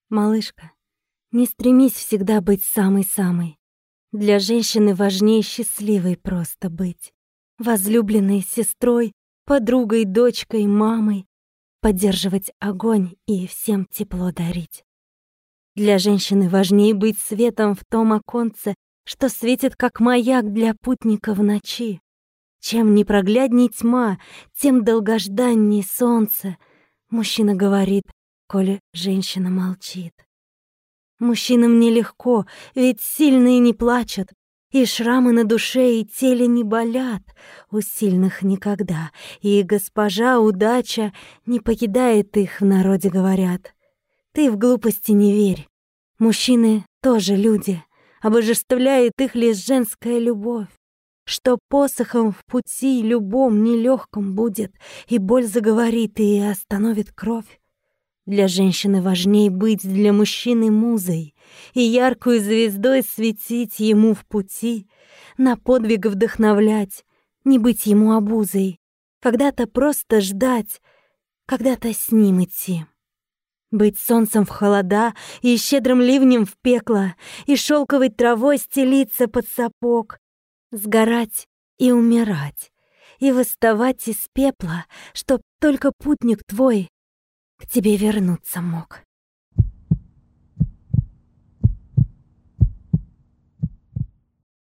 Малышка, не стремись всегда быть самой-самой. Для женщины важнее счастливой просто быть. Возлюбленной сестрой, подругой, дочкой, мамой. Поддерживать огонь и всем тепло дарить. Для женщины важнее быть светом в том оконце, что светит как маяк для путника в ночи. Чем непроглядней тьма, тем долгожданней солнце. Мужчина говорит, коли женщина молчит. Мужчинам нелегко, ведь сильные не плачут, и шрамы на душе и теле не болят у сильных никогда, и госпожа удача не покидает их, в народе говорят. Ты в глупости не верь. Мужчины тоже люди, обожествляет их лишь женская любовь. Что посохом в пути любом нелегком будет, и боль заговорит и остановит кровь. Для женщины важней быть для мужчины музой и яркую звездой светить ему в пути, на подвиг вдохновлять, не быть ему обузой, когда-то просто ждать, когда-то с ним идти. Быть солнцем в холода и щедрым ливнем в пекло, и шелковой травой стелиться под сапог, сгорать и умирать, и восставать из пепла, чтоб только путник твой к тебе вернуться мог.